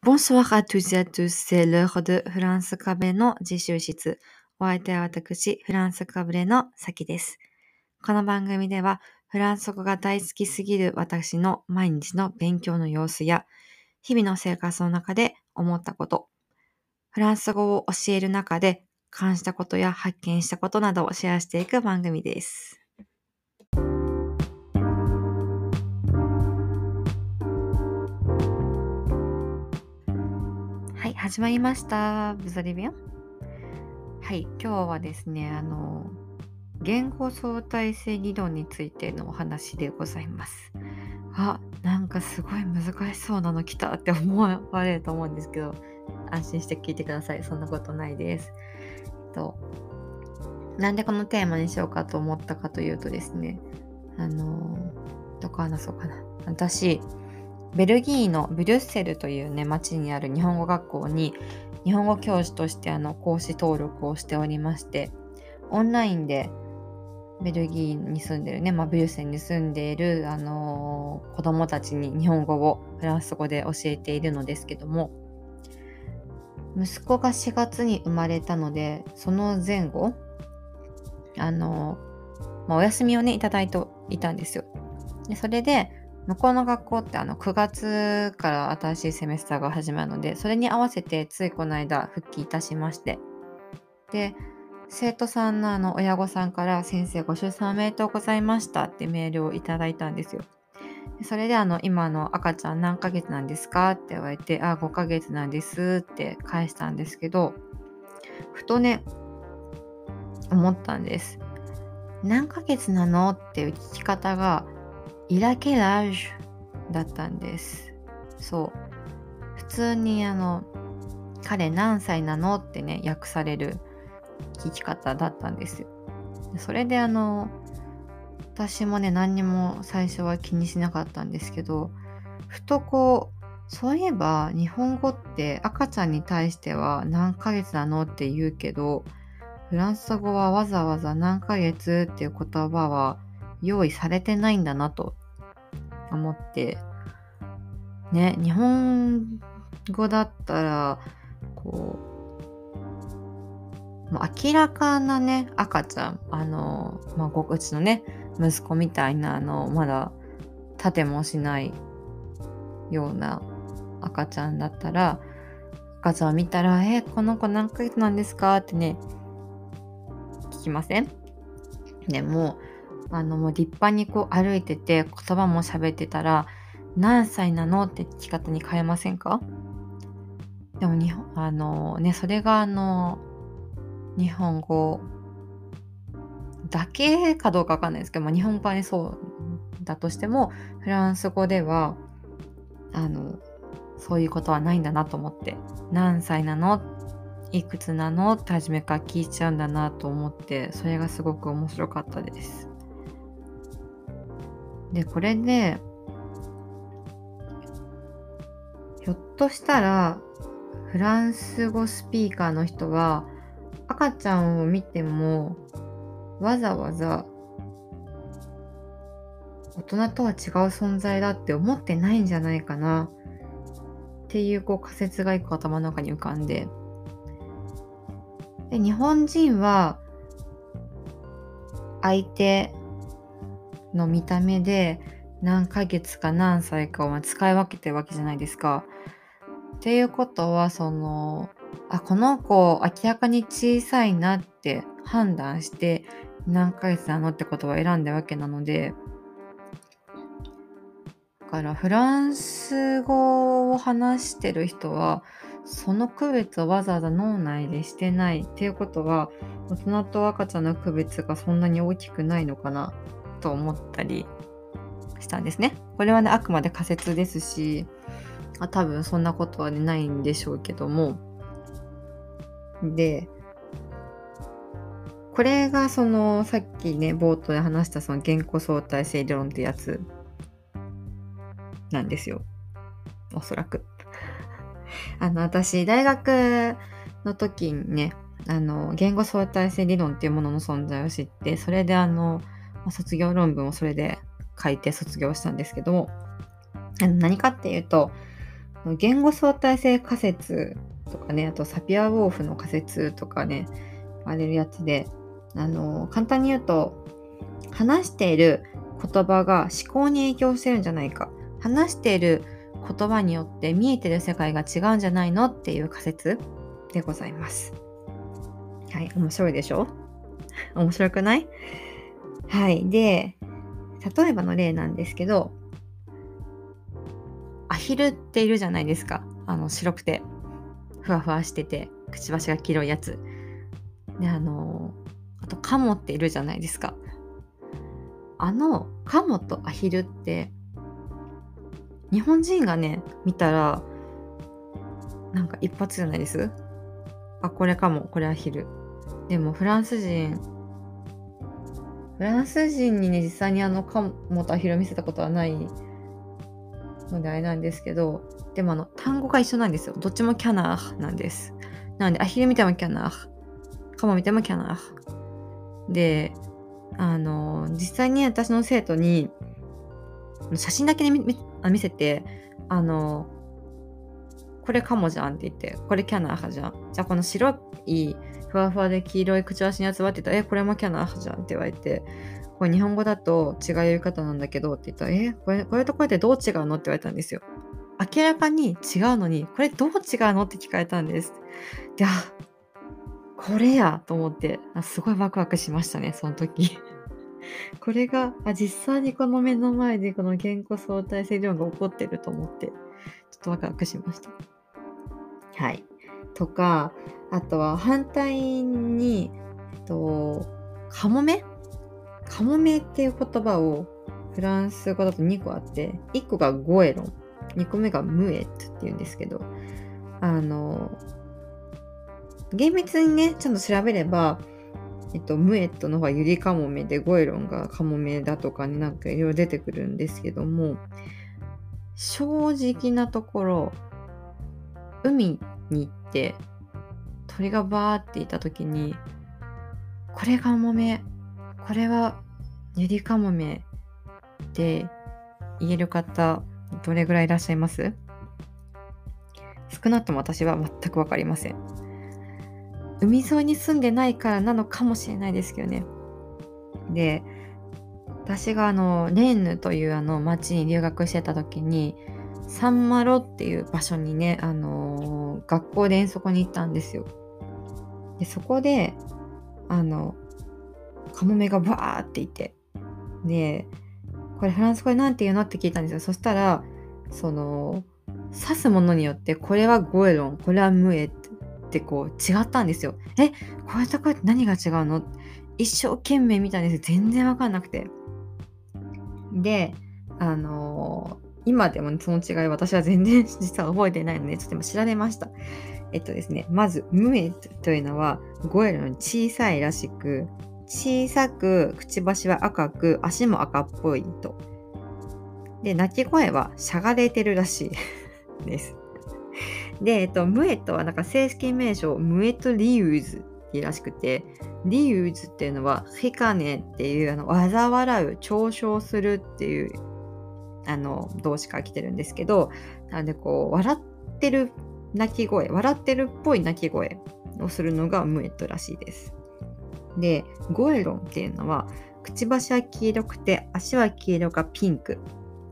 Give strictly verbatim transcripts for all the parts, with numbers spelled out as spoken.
Bonsoir à tous et à tous, c'est l'heure de フランスかぶれの自習室。お相手は私、フランスかぶれのさきです。この番組では、フランス語が大好きすぎる私の毎日の勉強の様子や、日々の生活の中で思ったこと、フランス語を教える中で感じたことや発見したことなどをシェアしていく番組です。はい、始まりました。ブザリビアン。はい、今日はですね、あの、言語相対性理論についてのお話でございます。あ、なんかすごい難しそうなの来たって思われると思うんですけど、安心して聞いてください。そんなことないです。となんでこのテーマにしようかと思ったかというとですね、あの、どこ話そうかな。私、ベルギーのブリュッセルというね、町にある日本語学校に日本語教師としてあの講師登録をしておりまして、オンラインでベルギーに住んでるね、まあ、ブリュッセルに住んでいる、あのー子供たちに日本語をフランス語で教えているのですけども、息子がしがつに生まれたので、その前後、あのーまあ、お休みをね、いただいていたんですよ。でそれで、向こうの学校ってあのくがつから新しいセメスターが始まるので、それに合わせてついこの間復帰いたしまして、で、生徒さんのあの親御さんから先生ご出産おめでとうございましたってメールをいただいたんですよ。でそれであの今の赤ちゃん何ヶ月なんですかって言われて、あ、ごかげつなんですって返したんですけど、ふとね、思ったんです。何ヶ月なのっていう聞き方がイラケラージュだったんです。そう。普通にあの彼何歳なのってね、訳される聞き方だったんですよ。それであの私もね、何にも最初は気にしなかったんですけど、ふとこう、そういえば日本語って赤ちゃんに対しては何ヶ月なのって言うけど、フランス語はわざわざ何ヶ月っていう言葉は用意されてないんだなと思って、ね、日本語だったらこうもう明らかなね、赤ちゃん、あの、まあ、ごうちのね、息子みたいな、あの、まだ立てもしないような赤ちゃんだったら、赤ちゃんを見たら、え、この子何ヶ月なんですかってね、聞きません？でも、あの、もう立派にこう歩いてて、言葉も喋ってたら、何歳なのって聞き方に変えませんか？でも日本、あのね、それがあの、日本語だけかどうかわかんないですけど、まあ、日本語はね、そうだとしても、フランス語では、あの、そういうことはないんだなと思って、何歳なの？いくつなの？って初めから聞いちゃうんだなと思って、それがすごく面白かったです。で、これで、ひょっとしたら、フランス語スピーカーの人は、赤ちゃんを見ても、わざわざ大人とは違う存在だって思ってないんじゃないかなっていうこう仮説が一個頭の中に浮かんで、で日本人は相手の見た目で何ヶ月か何歳かを使い分けてるわけじゃないですか。っていうことは、そのあこの子明らかに小さいなって判断して何ヶ月なのってことを選んだわけなので、だからフランス語を話してる人はその区別をわざわざ脳内でしてないっていうことは、大人と赤ちゃんの区別がそんなに大きくないのかなと思ったりしたんですね。これはね、あくまで仮説ですし、あ多分そんなことは、ね、ないんでしょうけども、でこれがそのさっきね冒頭で話したその言語相対性理論ってやつなんですよ、おそらく。あの私大学の時にね、あの言語相対性理論っていうものの存在を知って、それであの卒業論文をそれで書いて卒業したんですけども、あの何かっていうと、 言語相対性仮説とかね、あとサピアウォーフの仮説とかね、あれるやつで、あの簡単に言うと、話している言葉が思考に影響してるんじゃないか、話している言葉によって見えてる世界が違うんじゃないのっていう仮説でございます。はい、面白いでしょ？面白くない？はい。で、例えばの例なんですけど、アヒルっているじゃないですか。あの白くてふわふわしててくちばしが黄色いやつで、あのあとカモっているじゃないですか。あのカモとアヒルって日本人がね見たらなんか一発じゃないです？あ、これカモ、これアヒル。でもフランス人フランス人にね、実際にあのカモとアヒルを見せたことはないのであれなんですけど、でもあの単語が一緒なんですよ。どっちもキャナーなんです。なのでアヒル見てもキャナー、カモ見てもキャナーで、あの実際に私の生徒に写真だけで 見, 見見せて、あのこれカモじゃんって言って、これキャナーじゃん、じゃあこの白いふわふわで黄色いくちばしのやつはって言ったら、えこれもキャナーじゃんって言われて、これ日本語だと違う読み方なんだけどって言ったら、えこれこれとこれってどう違うのって言われたんですよ。明らかに違うのに、これどう違うのって聞かれたんです。で、あ、これやと思って、あすごいワクワクしましたね、その時。これが、あ、実際にこの目の前でこの言語相対性理論が起こってると思って、ちょっとワクワクしました。はい。とか、あとは反対に、えっと、カモメカモメっていう言葉をフランス語だとにこあって、いっこがゴエロン、にこめがムエットっていうんですけど、あの、厳密にね、ちゃんと調べれば、えっと、ムエットの方はユリカモメで、ゴエロンがカモメだとかね、なんかいろいろ出てくるんですけども、正直なところ、海に行って鳥がバーっていた時に、これカモメ、これはユリカモメって言える方、どれぐらいいらっしゃいます？少なくとも私は全くわかりません。海沿いに住んでないからなのかもしれないですけどね。で、私があのレーヌというあの町に留学してた時に、サンマロっていう場所にね、あのー学校で遠足に行ったんですよ。で、そこであのカモメがバーっていて、で、これフランス語でなんて言うのって聞いたんですよ。そしたら、その指すものによってこれはゴエロン、これはムエってこう違ったんですよ。え、こういうところって何が違うの？一生懸命見たんですよ。全然わかんなくて。で、あのー今でも、ね、その違い私は全然実は覚えてないので、ちょっと今調べました。えっとですね、まずムエというのはゴエロン小さいらしく、小さくくちばしは赤く足も赤っぽいと。で、鳴き声はしゃがれてるらしいです。で、えっと、ムエットはなんか正式名称ムエットリューズっていうらしくて、リューズっていうのはヒカネっていうあの嘲笑う、嘲笑するっていうあの動詞から来てるんですけど、なのでこう笑ってる鳴き声、笑ってるっぽい鳴き声をするのがムエットらしいです。で、ゴエロンっていうのはくちばしは黄色くて足は黄色かピンク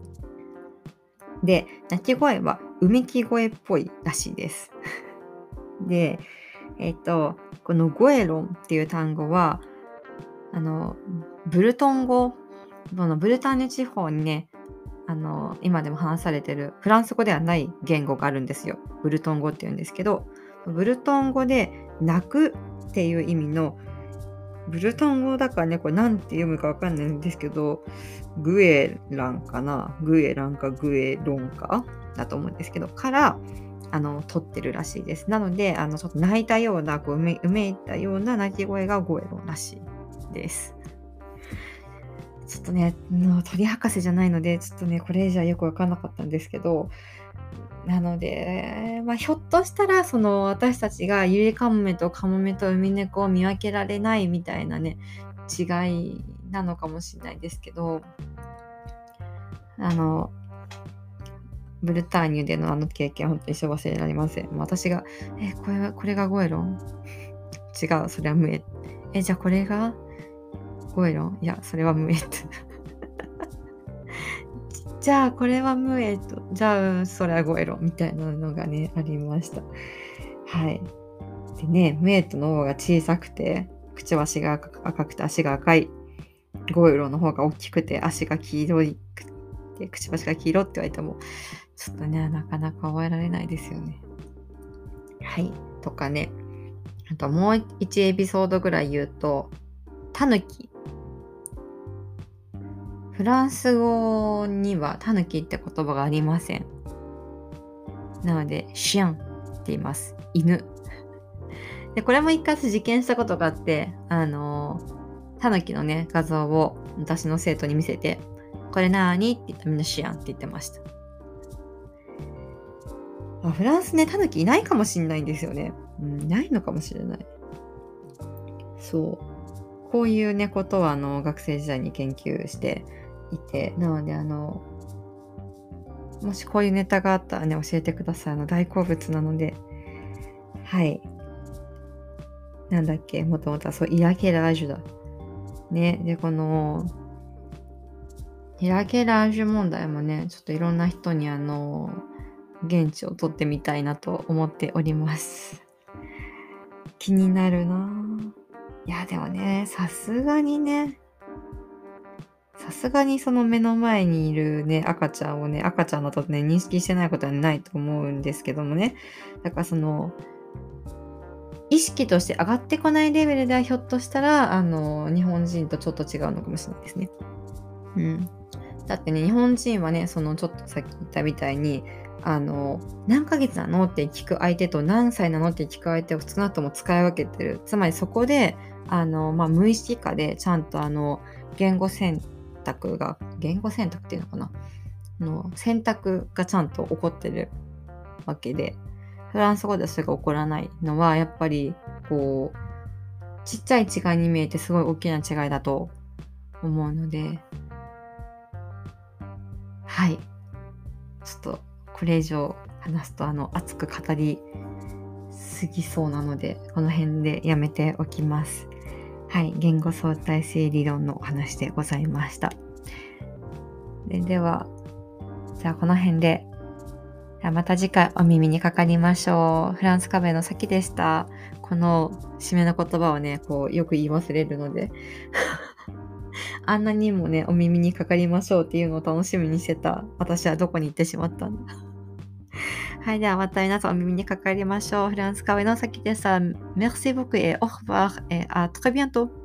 で、鳴き声はうめき声っぽいらしいです。で、えっと、このゴエロンっていう単語は、あの、ブルトン語、のブルターニュ地方にね、あの、今でも話されてるフランス語ではない言語があるんですよ。ブルトン語っていうんですけど、ブルトン語で泣くっていう意味の、ブルトン語だからね、これなんて読むかわかんないんですけど、グエランかな、グエランかグエロンかだと思うんですけど、からあの取ってるらしいです。なので、あのちょっと泣いたような、こううめうめいたような鳴き声がゴエロンらしいです。ちょっとね、鳥博士じゃないので、ちょっとね、これじゃよくわかんなかったんですけど、なので、まあ、ひょっとしたら、その、私たちがユリカモメとカモメとウミネコを見分けられないみたいなね、違いなのかもしれないですけど、あの、 ブルターニュでのあの経験、本当に一生忘れられません。私が、え、これは、これがゴエロン違う、それはムエ。え、じゃあこれがゴエロンいや、それはムエット。じゃあこれはムエット。じゃあそれはゴエロンみたいなのがね、ありました。はい。でね、ムエットの方が小さくて、くちばしが赤くて足が赤い。ゴエロンの方が大きくて足が黄色い。でくちばしが黄色って言われても、ちょっとね、なかなか覚えられないですよね。はい。とかね。あともういちエピソードぐらい言うと、タヌキ。フランス語にはタヌキって言葉がありません。なので、シアンって言います。犬。で、これも一回実験したことがあって、あの、タヌキのね、画像を私の生徒に見せて、これなーにって言ったらみんなシアンって言ってました。あ、フランスね、タヌキいないかもしれないんですよね。うん、いないのかもしれない。そう。こういうね、ことはあの学生時代に研究していて、なのであの、もしこういうネタがあったらね、教えてください。あの大好物なので。はい。なんだっけ、もともとはそう、イラケラージュだ。ね、で、この、イラケラージュ問題もね、ちょっといろんな人にあの、現地を取ってみたいなと思っております。気になるなぁ。いや、でもね、さすがにね、さすがにその目の前にいるね、赤ちゃんをね、赤ちゃんだとね、認識してないことはないと思うんですけどもね。だからその、意識として上がってこないレベルではひょっとしたら、あの、日本人とちょっと違うのかもしれないですね。うん。だってね、日本人はね、そのちょっとさっき言ったみたいに、あの、何ヶ月なのって聞く相手と何歳なのって聞く相手を少なくとも使い分けてる。つまりそこで、あの、まあ、無意識下でちゃんとあの、言語選択が、言語選択っていうのかなの選択がちゃんと起こってるわけで、フランス語ではそれが起こらないのは、やっぱり、こう、ちっちゃい違いに見えてすごい大きな違いだと思うので、はい。ちょっとこれ以上話すとあの熱く語りすぎそうなので、この辺でやめておきます。はい、言語相対性理論のお話でございました。ででは、じゃあこの辺で、また次回お耳にかかりましょう。フランスカフェのさきでした。この締めの言葉をね、こうよく言い忘れるのであんなにもね、お耳にかかりましょうっていうのを楽しみにしてた私はどこに行ってしまったんだ。はい、ではまた皆さんお耳にかかりましょう。フランスカフェのさきでした。Merci beaucoup et au revoir et à très bientôt.